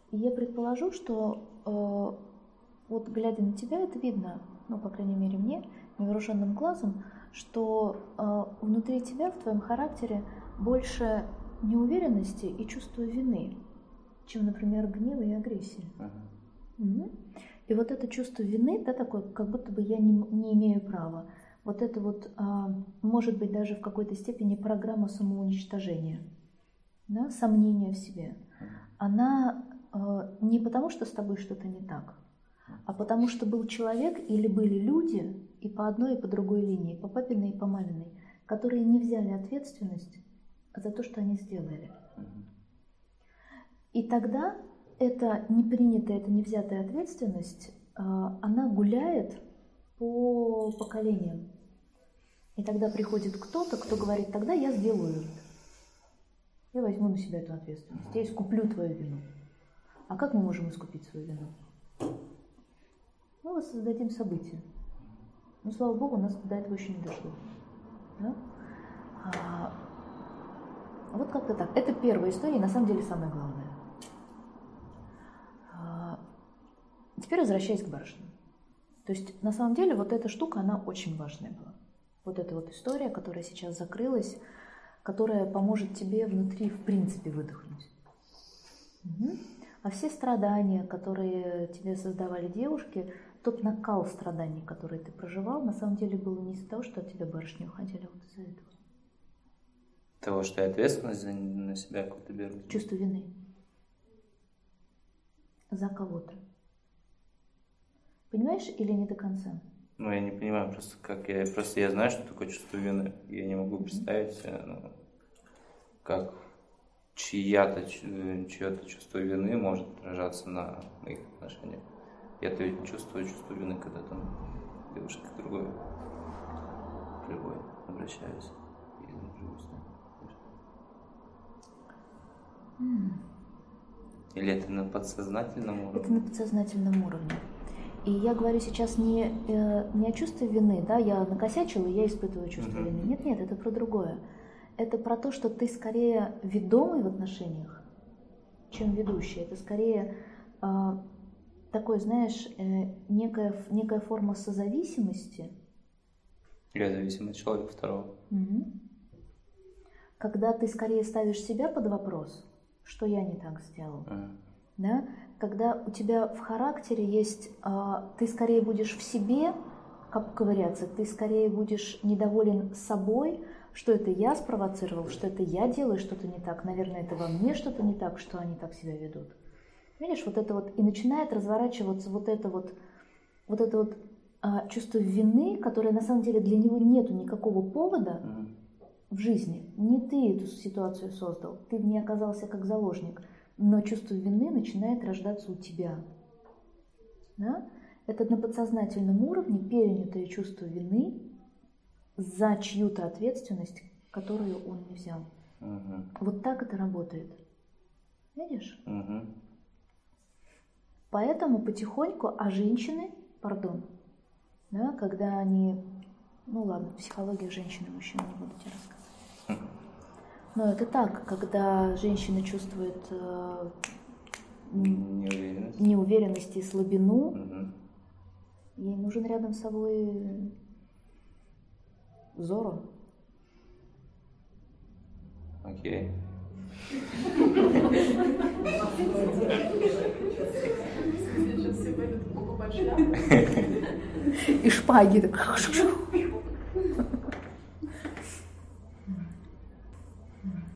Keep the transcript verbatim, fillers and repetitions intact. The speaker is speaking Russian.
И я предположу, что э, вот глядя на тебя, это видно, ну, по крайней мере мне, невооруженным глазом, что э, внутри тебя, в твоем характере, больше неуверенности и чувства вины, чем, например, гнева и агрессии. Uh-huh. Угу. И вот это чувство вины, да, такое, как будто бы я не, не имею права. Вот это вот, а, может быть, даже в какой-то степени программа самоуничтожения, да, сомнения в себе. Она а, не потому, что с тобой что-то не так, а потому что был человек или были люди и по одной, и по другой линии, по папиной и по маминой, которые не взяли ответственность за то, что они сделали. И тогда эта непринятая, эта невзятая ответственность, она гуляет по поколениям. И тогда приходит кто-то, кто говорит, тогда я сделаю это. Я возьму на себя эту ответственность, я искуплю твою вину. А как мы можем искупить свою вину? Мы воссоздадим события. Но, слава Богу, у нас до этого еще не дошло. Да? А, вот как-то так. Это первая история, и на самом деле самое главное. А, теперь возвращаясь к барышням. То есть, на самом деле, вот эта штука, она очень важная была. Вот эта вот история, которая сейчас закрылась, которая поможет тебе внутри, в принципе, выдохнуть. Угу. А все страдания, которые тебе создавали девушки, тот накал страданий, который ты проживал, на самом деле было не из-за того, что от тебя барышни уходили, а вот из-за этого. Того, что я ответственность за, на себя какую-то беру. Чувство вины. За кого-то. Понимаешь или не до конца? Ну, я не понимаю, просто как я, просто я знаю, что такое чувство вины. Я не могу представить себе, ну, как чья-то, чье-то чувство вины может отражаться на моих отношениях. Я-то ведь чувствую чувство вины, когда там девушка к другой, к любой обращаюсь и живу с ней. Mm. Или это на подсознательном уровне? Это на подсознательном уровне. И я говорю сейчас не, э, не о чувстве вины, да, я накосячила, и я испытываю чувство mm-hmm. вины. Нет, нет, это про другое. Это про то, что ты скорее ведомый в отношениях, чем ведущий. Это скорее э, такой, знаешь, э, некая, некая форма созависимости. Я зависимый от человека второго. Угу. Когда ты скорее ставишь себя под вопрос, что я не так сделал. Uh-huh. Да? Когда у тебя в характере есть, э, ты скорее будешь в себе как ковыряться, ты скорее будешь недоволен собой, что это я спровоцировал, что это я делаю что-то не так, наверное, это во мне что-то не так, что они так себя ведут. Видишь, вот это вот, и начинает разворачиваться вот это вот, вот это вот а, чувство вины, которое на самом деле для него нету никакого повода mm-hmm. в жизни. Не ты эту ситуацию создал, ты в ней оказался как заложник, но чувство вины начинает рождаться у тебя. Да? Это на подсознательном уровне перенятое чувство вины за чью-то ответственность, которую он не взял. Mm-hmm. Вот так это работает. Видишь? Mm-hmm. Поэтому потихоньку, а женщины, пардон, да, когда они, ну ладно, психология женщин и мужчин не буду тебе рассказывать. Но это так, когда женщина чувствует э, неуверенность. неуверенность и слабину, угу. ей нужен рядом с собой Зоро. Окей. И шпаги так.